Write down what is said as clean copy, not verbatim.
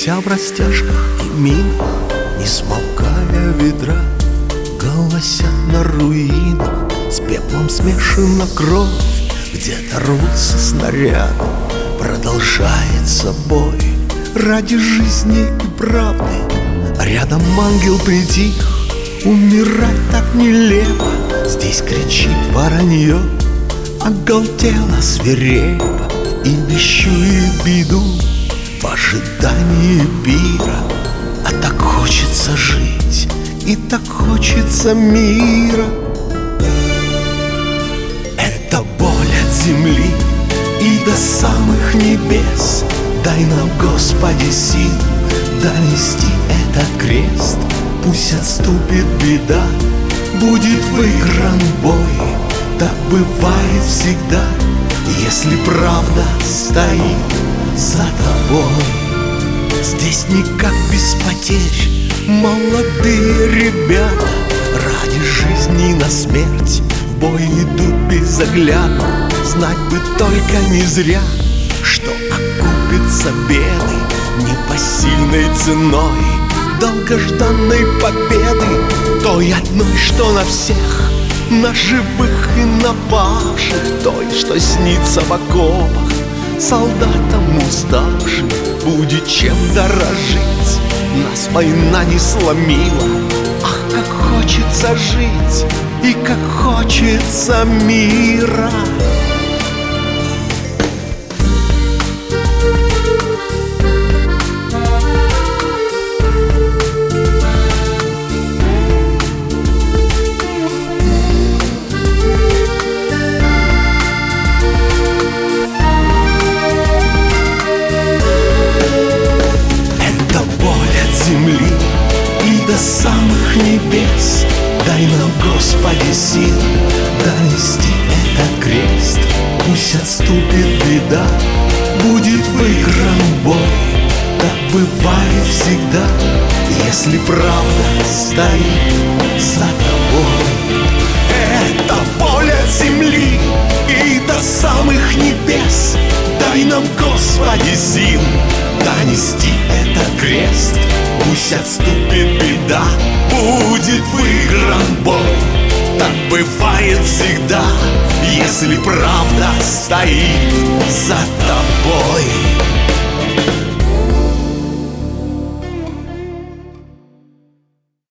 Вся в растяжках и минах, не смолкая ведра, голосят на руинах, с пеплом смешана кровь. Где-то рвутся снаряды, продолжается бой ради жизни и правды. Рядом ангел притих, умирать так нелепо. Здесь кричит воронье, оголтело свирепо и вещует беду в ожидании пира. А так хочется жить, и так хочется мира. Это боль от земли и до самых небес. Дай нам, Господи, сил донести этот крест. Пусть отступит беда, будет выигран бой. Так бывает всегда, если правда стоит за тобой. Здесь никак без потерь, молодые ребята ради жизни на смерть в бой идут безоглядно. Знать бы только не зря, что окупится бедой непосильной ценой долгожданной победы, той одной, что на всех, на живых и на павших, той, что снится в окопах солдатам уставшим. Будет чем дорожить, нас война не сломила. Ах, как хочется жить и как хочется мира. Земли и до самых небес. Дай нам, Господи, сил донести этот крест. Пусть отступит беда, будет выигран бой. Так бывает всегда, если правда стоит за тобой. Это боль от земли и до самых небес. Дай нам, Господи, сил донести этот крест. Пусть отступит беда, будет выигран бой. Так бывает всегда, если правда стоит за тобой.